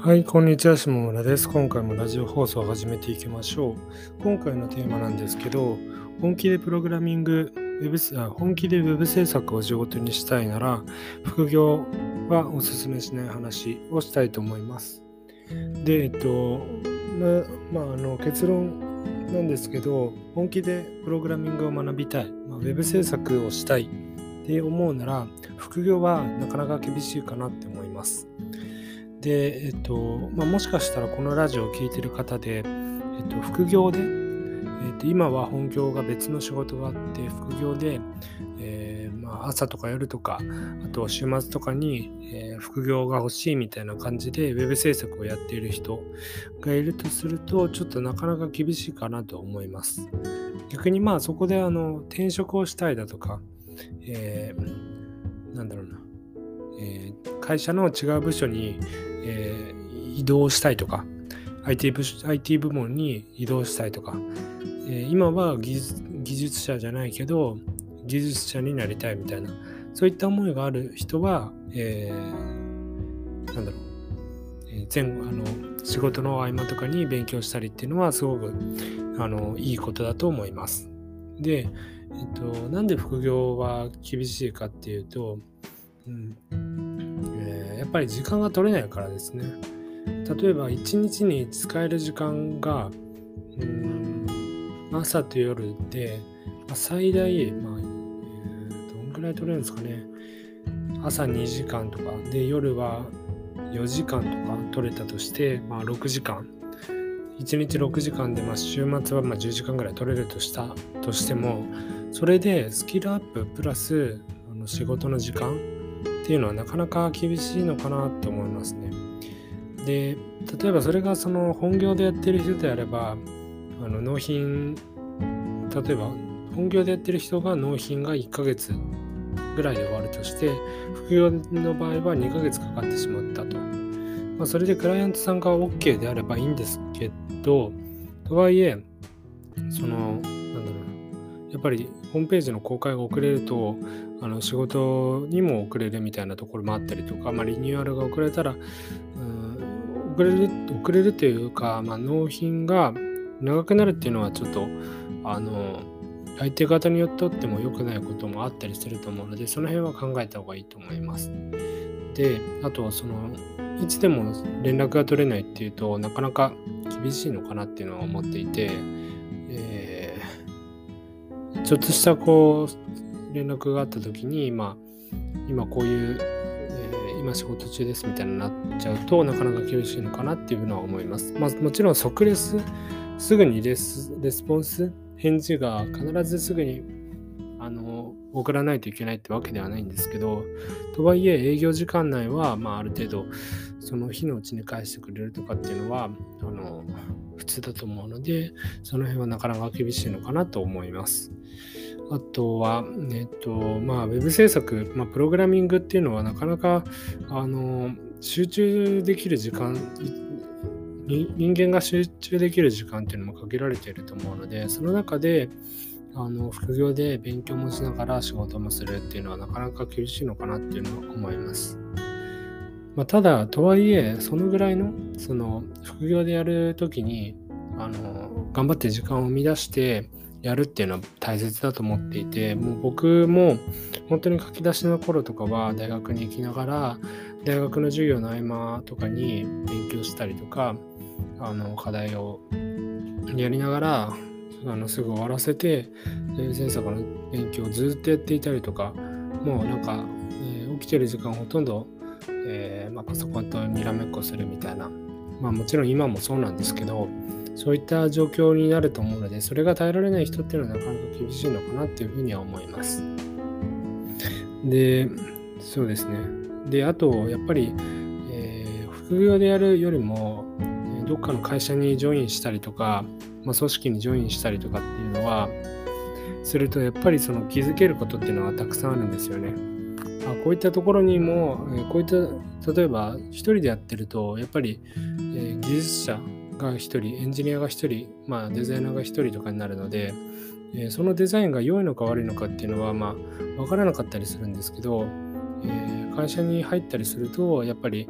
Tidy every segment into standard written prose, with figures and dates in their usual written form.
はい、こんにちは、下村です。今回もラジオ放送を始めていきましょう。今回のテーマなんですけど、本気でプログラミング、本気でウェブ制作を仕事にしたいなら、副業はおすすめしない話をしたいと思います。で、結論なんですけど、本気でプログラミングを学びたい、ウェブ制作をしたいって思うなら、副業はなかなか厳しいかなって思います。で、もしかしたらこのラジオを聞いてる方で、副業で、今は本業が別の仕事があって副業で、朝とか夜とかあと週末とかに、副業が欲しいみたいな感じでウェブ制作をやっている人がいるとするとちょっとなかなか厳しいかなと思います。逆にそこで転職をしたいだとか、なんだろうな、会社の違う部署に、移動したいとか IT 部門に移動したいとか、今は技術者じゃないけど技術者になりたいみたいなそういった思いがある人は、仕事の合間とかに勉強したりっていうのはすごくいいことだと思います。で、なんで副業は厳しいかっていうと、やっぱり時間が取れないからですね。例えば1日に使える時間が朝と夜で、最大、どんぐらい取れるんですかね。朝2時間とかで夜は4時間とか取れたとして、6時間1日6時間で、週末は10時間ぐらい取れるとしても、それでスキルアッププラス仕事の時間っていうのはなかなか厳しいのかなと思いますね。で、例えばそれがその本業でやってる人であれば納品、例えば本業でやってる人が納品が1ヶ月ぐらいで終わるとして副業の場合は2ヶ月かかってしまったと、それでクライアントさんが OK であればいいんですけど、とはいえやっぱりホームページの公開が遅れると仕事にも遅れるみたいなところもあったりとか、リニューアルが遅れたら遅れるというか、納品が長くなるっていうのはちょっと相手方によっても良くないこともあったりすると思うので、その辺は考えた方がいいと思います。で、あといつでも連絡が取れないっていうとなかなか厳しいのかなっていうのは思っていて、ちょっとした連絡があった時に、今こういう、今仕事中ですみたいになっちゃうとなかなか厳しいのかなっていうのは思います。もちろん即レスすぐにレスポンス返事が必ずすぐに送らないといけないってわけではないんですけど、とはいえ営業時間内はある程度その日のうちに返してくれるとかっていうのは普通だと思うので、その辺はなかなか厳しいのかなと思います。あとは、ウェブ制作、プログラミングっていうのはなかなか集中できる時間、人間が集中できる時間っていうのも限られていると思うので、その中で副業で勉強もしながら仕事もするっていうのはなかなか厳しいのかなっていうのは思います。ただとはいえそのぐらいの副業でやるときに頑張って時間を生み出してやるっていうのは大切だと思っていて、もう僕も本当に書き出しの頃とかは大学に行きながら大学の授業の合間とかに勉強したりとか課題をやりながらすぐ終わらせて制作の勉強をずっとやっていたりとか、もう起きてる時間ほとんど、パソコンとにらめっこするみたいな、もちろん今もそうなんですけど、そういった状況になると思うので、それが耐えられない人っていうのはなかなか厳しいのかなっていうふうには思います。で、そうですね。で、あとやっぱり、副業でやるよりもどっかの会社にジョインしたりとか、組織にジョインしたりとかっていうのはするとやっぱり気づけることっていうのはたくさんあるんですよね。こういったところにも、こういった例えば一人でやってるとやっぱり、技術者が一人、エンジニアが一人、デザイナーが一人とかになるので、そのデザインが良いのか悪いのかっていうのは分からなかったりするんですけど、会社に入ったりするとやっぱり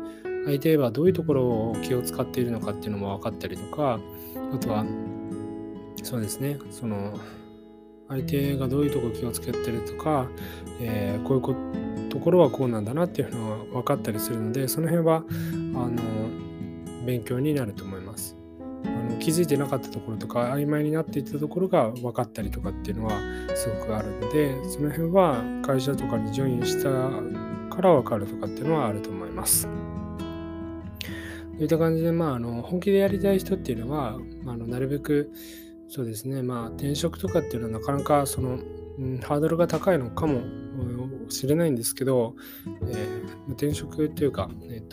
相手はどういうところを気を使っているのかっていうのも分かったりとか、あとはそうですね、その相手がどういうところを気をつけてるとか、こういうところはこうなんだなっていうのは分かったりするので、その辺は勉強になると思います。気づいてなかったところとか曖昧になっていたところが分かったりとかっていうのはすごくあるので、その辺は会社とかにジョインしたから分かるとかっていうのはあると思います。といった感じで、本気でやりたい人っていうのは、なるべくそうですね、転職とかっていうのはなかなかその、ハードルが高いのかもしれないんですけど、転職というか、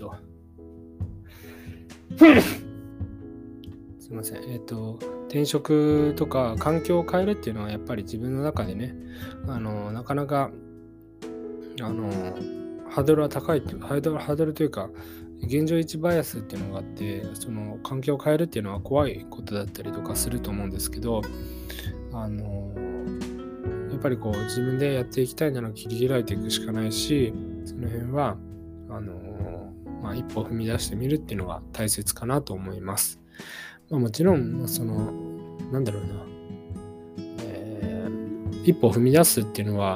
すいません、転職とか環境を変えるっていうのはやっぱり自分の中でね、なかなかハードルは高いハードルというか現状維持バイアスっていうのがあって、その環境を変えるっていうのは怖いことだったりとかすると思うんですけど、やっぱりこう自分でやっていきたいなら切り開いていくしかないし、その辺は一歩踏み出してみるっていうのが大切かなと思います。もちろんその一歩踏み出すっていうのは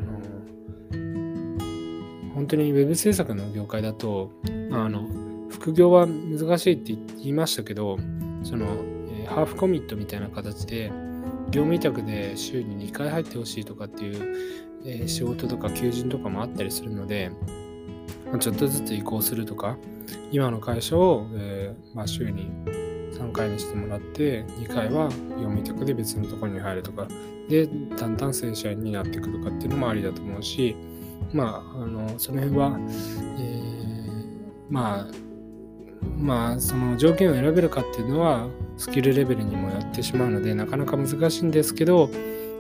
本当にウェブ制作の業界だと副業は難しいって言いましたけど、その、ハーフコミットみたいな形で業務委託で週に2回入ってほしいとかっていう、仕事とか求人とかもあったりするので、ちょっとずつ移行するとか、今の会社を、週に3回にしてもらって2回は業務委託で別のところに入るとかで、だんだん正社員になっていくとかっていうのもありだと思うし、その辺は、その条件を選べるかっていうのはスキルレベルにもやってしまうのでなかなか難しいんですけど、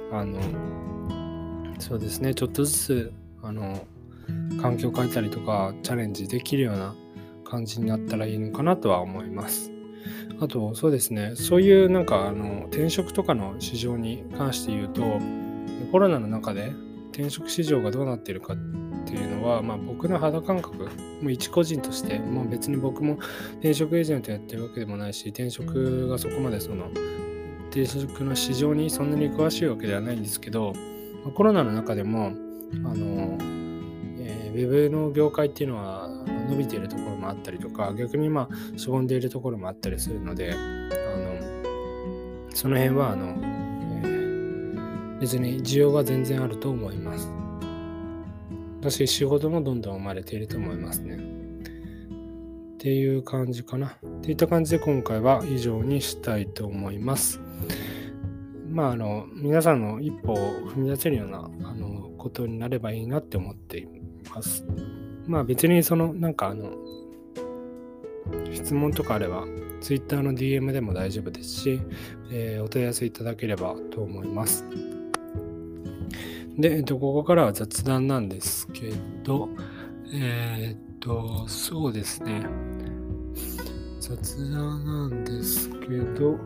そうですね、ちょっとずつ環境を変えたりとかチャレンジできるような感じになったらいいのかなとは思います。あとそうですね、そういう転職とかの市場に関して言うと、コロナの中で転職市場がどうなっているかっていうのは、僕の肌感覚、もう一個人として、別に僕も転職エージェントやってるわけでもないし、転職がそこまで転職の市場にそんなに詳しいわけではないんですけど、コロナの中でもウェブの業界っていうのは伸びているところもあったりとか、逆にしぼんでいるところもあったりするので、その辺は別に需要が全然あると思います。私仕事もどんどん生まれていると思いますね。っていう感じかな。っていった感じで今回は以上にしたいと思います。皆さんの一歩を踏み出せるようなことになればいいなって思っています。別に質問とかあれば Twitter の DM でも大丈夫ですし、お問い合わせいただければと思います。で、ここからは雑談なんですけど、そうですね。雑談なんですけど、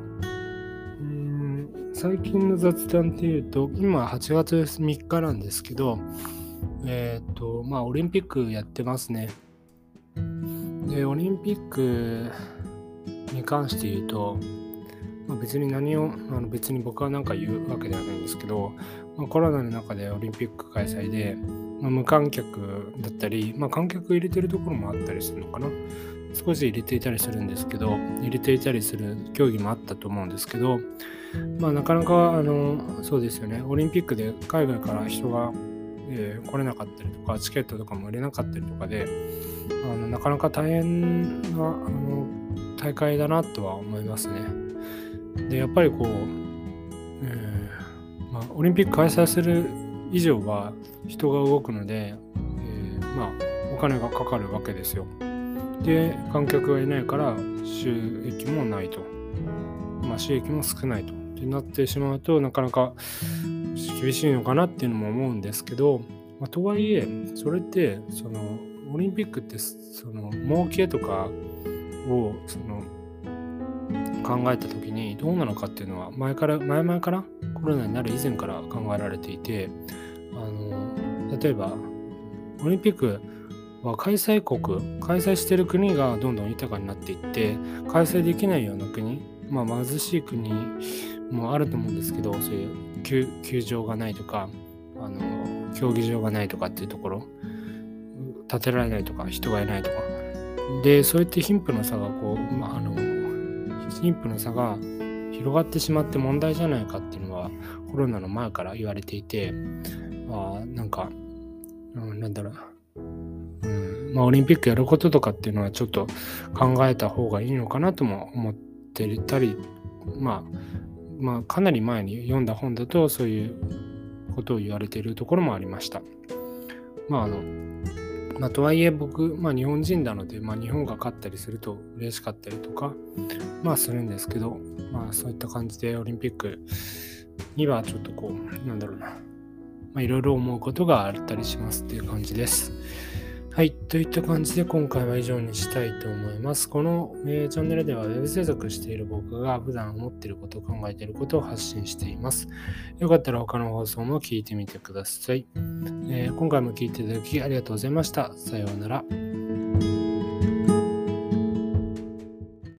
最近の雑談っていうと、今8月3日なんですけど、オリンピックやってますね。で、オリンピックに関して言うと、別に別に僕は何か言うわけではないんですけど、コロナの中でオリンピック開催で、無観客だったり、観客入れてるところもあったりするのかな。少し入れていたりするんですけど、入れていたりする競技もあったと思うんですけど、なかなかそうですよね、オリンピックで海外から人が、来れなかったりとか、チケットとかも売れなかったりとかで、なかなか大変な大会だなとは思いますね。で、やっぱりオリンピック開催する以上は人が動くので、お金がかかるわけですよ。で、観客がいないから収益もないと、収益も少ないとってなってしまうと、なかなか厳しいのかなっていうのも思うんですけど、とはいえそれってオリンピックって儲けとかを考えた時にどうなのかっていうのは前々からコロナになる以前から考えられていて、例えばオリンピックは開催してる国がどんどん豊かになっていって、開催できないような国、貧しい国もあると思うんですけど、そういう球場がないとか、競技場がないとかっていうところ、建てられないとか、人がいないとかで、そういった貧富の差が貧富の差が広がってしまって問題じゃないかっていうのはコロナの前から言われていて、オリンピックやることとかっていうのはちょっと考えた方がいいのかなとも思ってたり、かなり前に読んだ本だとそういうことを言われているところもありました。とはいえ僕、日本人なので、日本が勝ったりすると嬉しかったりとかするんですけど、そういった感じでオリンピックにはちょっといろいろ思うことがあったりしますっていう感じです。はい、といった感じで今回は以上にしたいと思います。この、チャンネルではウェブ制作している僕が普段思っていること、考えていることを発信しています。よかったら他の放送も聞いてみてください。今回も聞いていただきありがとうございました。さようなら。